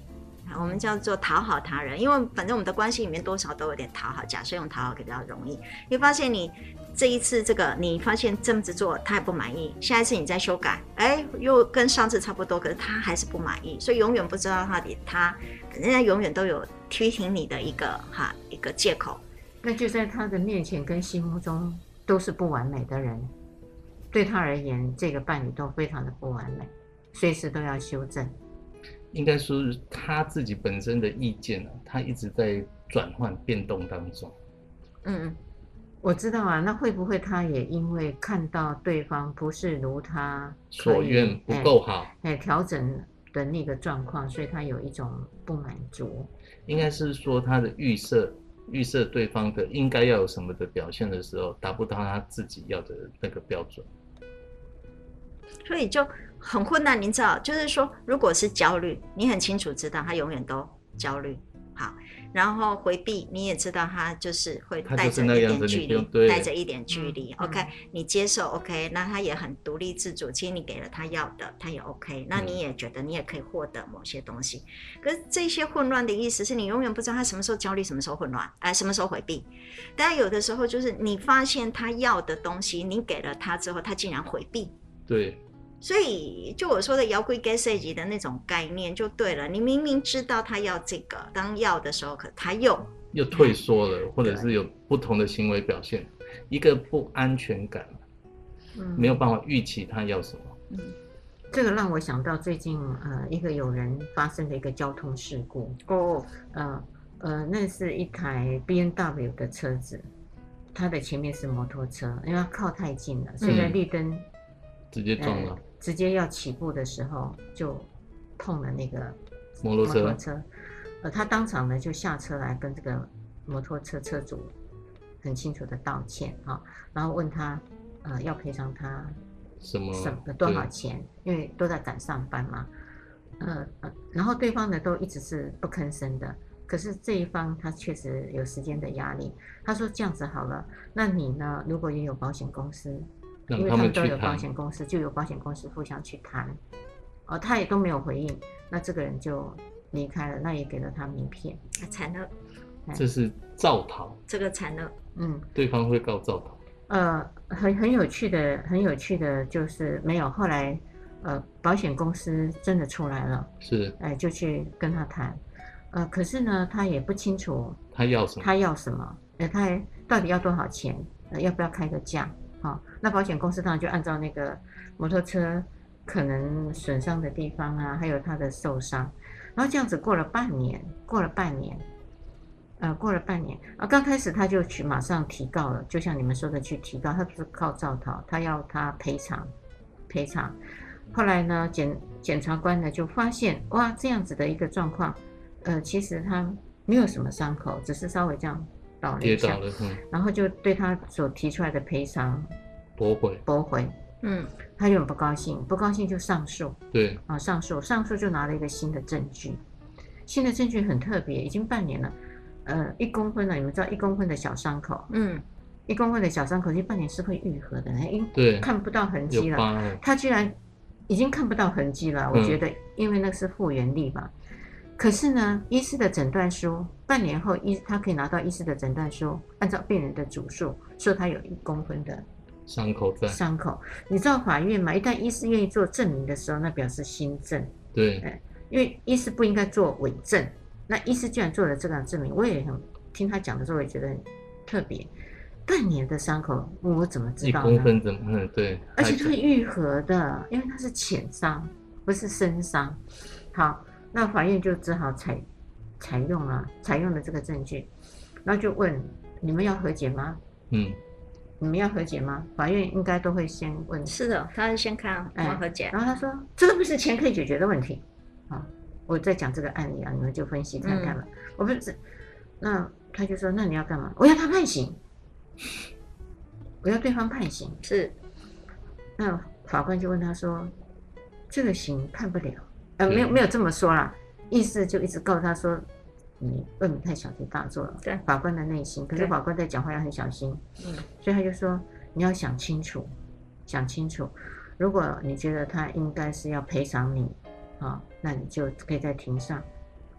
我们叫做讨好他人，因为反正我们的关系里面多少都有点讨好，假设用讨好比较容易。你发现你这一次这个，你发现这么子做他也不满意，下一次你再修改，哎，又跟上次差不多，可是他还是不满意，所以永远不知道到底他，人家永远都有批评你的一个哈一个借口。 那就在他的面前跟心目中都是不完美的人，对他而言，这个伴侣都非常的不完美，随时都要修正。 应该说是他自己本身的意见啊，他一直在转换变动当中。 嗯，我知道啊，那会不会他也因为看到对方不是如他所愿，不够好， 哎，调整的那个状况，所以他有一种不满足？ 应该是说他的预设，预设对方的应该要有什么的表现的时候，达不到他自己要的那个标准， 所以就很混乱。您知道，就是说，如果是焦虑，你很清楚知道他永远都焦虑，好，然后回避，你也知道他就是会带着一点距离，带着一点距离。嗯、OK， 你接受 OK， 那他也很独立自主，其实你给了他要的，他也 OK， 那你也觉得你也可以获得某些东西。嗯、可是这些混乱的意思是你永远不知道他什么时候焦虑，什么时候混乱，哎，什么时候回避。但有的时候就是你发现他要的东西，你给了他之后，他竟然回避。 对。 所以就我说的摇龟 gasage 的那种概念就对了，你明明知道他要这个，当要的时候，可他又又退缩了，或者是有不同的行为表现，一个不安全感，嗯、没有办法预期他要什么。 嗯，这个让我想到最近呃一个有人发生的一个交通事故哦，呃呃，那是一台 B M W 的车子，它的前面是摩托车，因为它靠太近了，所以在绿灯、嗯、 直接撞了。呃直接要起步的时候就碰了那个摩托车， 摩托车呃，他当场呢就下车来跟这个摩托车车主很清楚的道歉啊，然后问他呃要赔偿他什么什么多少钱，因为都在赶上班嘛，呃呃，然后对方呢都一直是不吭声的，可是这一方他确实有时间的压力，他说这样子好了，那你呢如果也有保险公司。因为他们都有保险公司，就有保险公司互相去谈，哦，他也都没有回应，那这个人就离开了，那也给了他名片， 惨了， 这是造逃， 这个惨了， 嗯，对方会告造逃， 呃，很很有趣的，很有趣的就是没有，后来呃，保险公司真的出来了， 是， 哎、呃，就去跟他谈，呃，可是呢，他也不清楚他要什么， 他要什么，呃，他到底要多少钱，呃，要不要开个价？哦，那保险公司当然就按照那个摩托车可能损伤的地方啊，还有他的受伤，然后这样子过了半年，过了半年，呃，过了半年啊，刚开始他就去马上提告了，就像你们说的去提告，他不是靠造逃，他要他赔偿，赔偿。后来呢，检检察官呢就发现，哇，这样子的一个状况，呃，其实他没有什么伤口，只是稍微这样。倒了一下， 跌倒了，嗯， 然后就对他所提出来的赔偿驳回， 驳回，嗯，他就很不高兴，不高兴就上诉， 对， 啊，上诉，上诉就拿了一个新的证据，新的证据很特别，已经半年了，呃，一公分了，你们知道一公分的小伤口，嗯，一公分的小伤口，其实半年是会愈合的，因对， 看不到痕迹了，他居然已经看不到痕迹了，我觉得，因为那是复原力嘛。可是呢，医师的诊断书，半年后医他可以拿到医师的诊断书，按照病人的主诉，说他有一公分的伤口在。 伤口，你知道法院嘛？一旦医师愿意做证明的时候，那表示新证。 对， 哎，因为医师不应该做伪证，那医师居然做了这个证明，我也很听他讲的时候，我也觉得很特别。半年的伤口，我怎么知道呢？ 一公分怎么？嗯，对。 而且它愈合的，因为它是浅伤，不是深伤。好。那法院就只好采采用了采用了这个证据，然后就问你们要和解吗？嗯，你们要和解吗？法院应该都会先问。 是的，他是先看要和解、 哎。然后他说这个不是钱可以解决的问题。好，我在讲这个案例啊，你们就分析看看了。嗯、我不是，那他就说那你要干嘛？我要他判刑，我要对方判刑。 是， 那法官就问他说这个刑判不了。呃，没有没有这么说啦，意思就一直告诉他说，你恶名太小题大做了。 对， 法官的内心，可是法官在讲话要很小心，嗯，所以他就说你要想清楚，想清楚，如果你觉得他应该是要赔偿你，啊、哦，那你就可以在庭上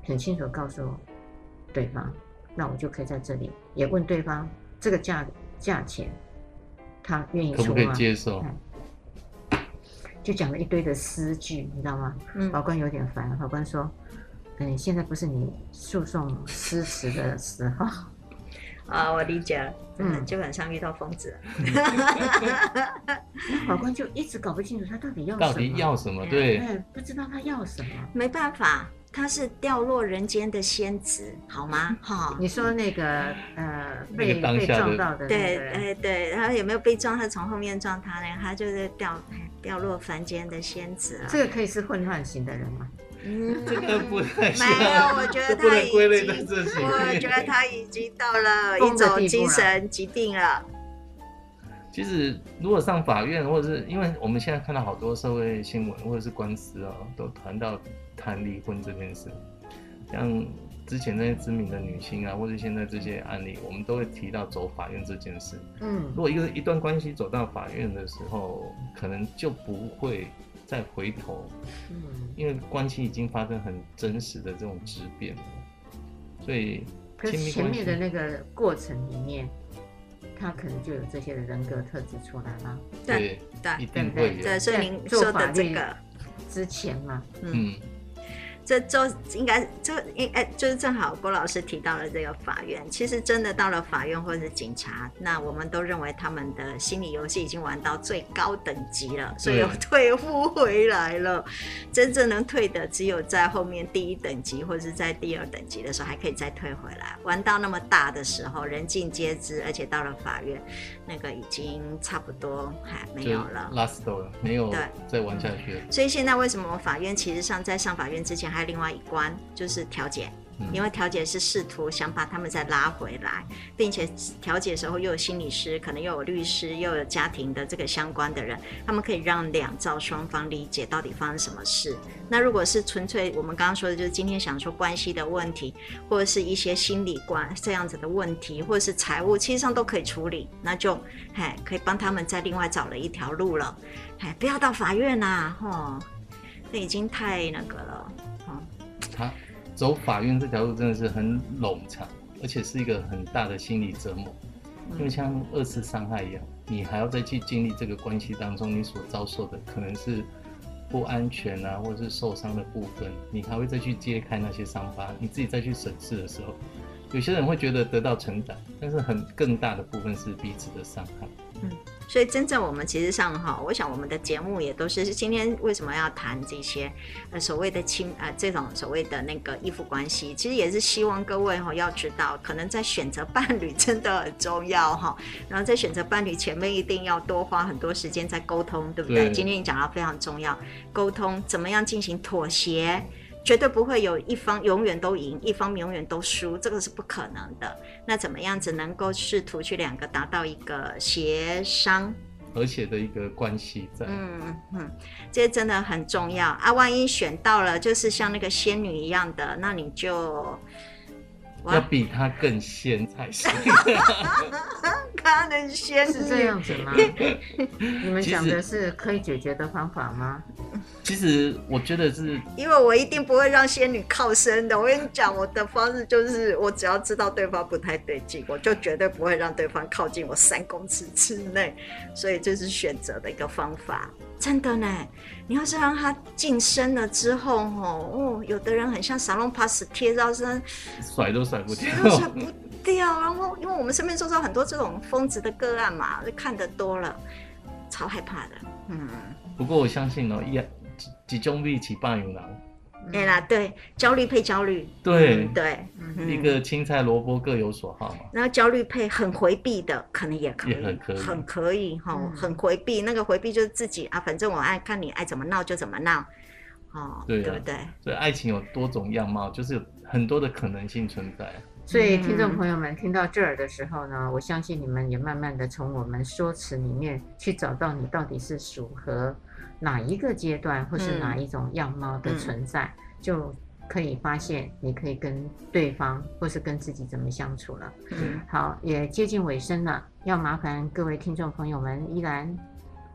很清楚告诉对方，那我就可以在这里也问对方这个价价钱，他愿意出吗？ 可不可以接受？ 就讲了一堆的诗句，你知道吗？嗯，法官有点烦，法官说：“嗯，现在不是你诉讼诗词的时候。” 啊，我理解了，嗯，基本上遇到疯子了。法官就一直搞不清楚他到底要什么， 到底要什么？对， 对，不知道他要什么。 没办法，他是掉落人间的仙子，好吗？哈， 你说那个呃被被撞到的， 对，哎对，他有没有被撞？他从后面撞他呢？他就是掉掉落凡间的仙子了。 这个可以是混乱型的人吗？ 嗯， 这个不太像， 没有，我觉得他已经，我觉得他已经到了一种精神疾病了。 其实，如果上法院，或者是因为我们现在看到好多社会新闻或者是官司啊，都谈到谈离婚这件事。像之前那些知名的女星啊，或者现在这些案例，我们都会提到走法院这件事。嗯，如果一个一段关系走到法院的时候，可能就不会再回头，嗯，因为关系已经发生很真实的这种质变了，所以可是前面的那个过程里面，他可能就有这些的人格特质出来了。 对对，一定会有。 对，所以您说的这个之前嘛， 嗯。这就应该这应哎，就是正好郭老师提到了这个法院。其实真的到了法院或者是警察，那我们都认为他们的心理游戏已经玩到最高等级了，所以有退不回来了。真正能退的只有在后面第一等级或者是在第二等级的时候还可以再退回来。玩到那么大的时候，人尽皆知，而且到了法院，那个已经差不多还没有了 ，last 了，没有再玩下去了。 所以现在为什么法院其实上在上法院之前还有另外一关，就是调解，因为调解是试图想把他们再拉回来，并且调解的时候又有心理师，可能又有律师，又有家庭的这个相关的人，他们可以让两造双方理解到底发生什么事。那如果是纯粹我们刚刚说的，就是今天想说关系的问题，或者是一些心理观这样子的问题，或者是财务，其实上都可以处理，那就嘿可以帮他们再另外找了一条路了。嘿，不要到法院啊，吼，那已经太那个了。 他走法院这条路真的是很冗长，而且是一个很大的心理折磨，因为像二次伤害一样，你还要再去经历这个关系当中你所遭受的可能是不安全啊，或者是受伤的部分，你还会再去揭开那些伤疤，你自己再去审视的时候，有些人会觉得得到成长，但是很更大的部分是彼此的伤害。 嗯，所以真正我们其实上哈，我想我们的节目也都是今天为什么要谈这些呃所谓的亲呃这种所谓的那个依附关系，其实也是希望各位哈要知道，可能在选择伴侣真的很重要哈。然后在选择伴侣前面一定要多花很多时间在沟通，对不对？对，今天你讲到非常重要，沟通怎么样进行妥协。绝对不会有一方永远都赢，一方永远都输，这个是不可能的。那怎么样子能够试图去两个达到一个协商和谐的一个关系在？ 嗯嗯，这真的很重要啊！万一选到了就是像那个仙女一样的，那你就要比她更仙才行。 她能仙是这样子吗？你们讲的是可以解决的方法吗？ 其实我觉得是， 因为我一定不会让仙女靠身的。我跟你讲，我的方式就是，我只要知道对方不太对劲，我就绝对不会让对方靠近我三公尺之内。所以这是选择的一个方法，真的呢。你要是让他近身了之后，哦，有的人很像沙龙 pass 贴到身， 甩都甩不掉， 甩都甩不掉。然后，因为我们身边周遭很多这种疯子的个案嘛，就看得多了，超害怕的。嗯。 不过我相信哦，一几种比起霸凌狼， 哎啦，对，焦虑配焦虑， 对、 嗯、对、 嗯，一个青菜萝卜各有所好嘛。 然后焦虑配很回避的，可能也可以， 也很可以， 很可以哈、嗯，很回避。那个回避就是自己啊，反正我爱看你爱怎么闹就怎么闹，哦，对、啊、对不对？ 所以爱情有多种样貌，就是有很多的可能性存在。 所以听众朋友们听到这儿的时候呢，我相信你们也慢慢的从我们说辞里面去找到你到底是属合哪一个阶段或是哪一种样貌的存在、嗯、就可以发现你可以跟对方或是跟自己怎么相处了。嗯，好，也接近尾声了，要麻烦各位听众朋友们依然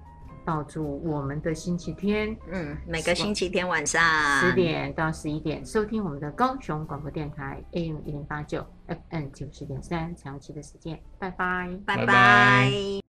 道祝我们的星期天， 嗯，每个星期天晚上十点到十一点收听我们的高雄广播电台 A M 一零八九 F M 九十点三，彩虹旗的时间，拜拜， 拜拜拜拜。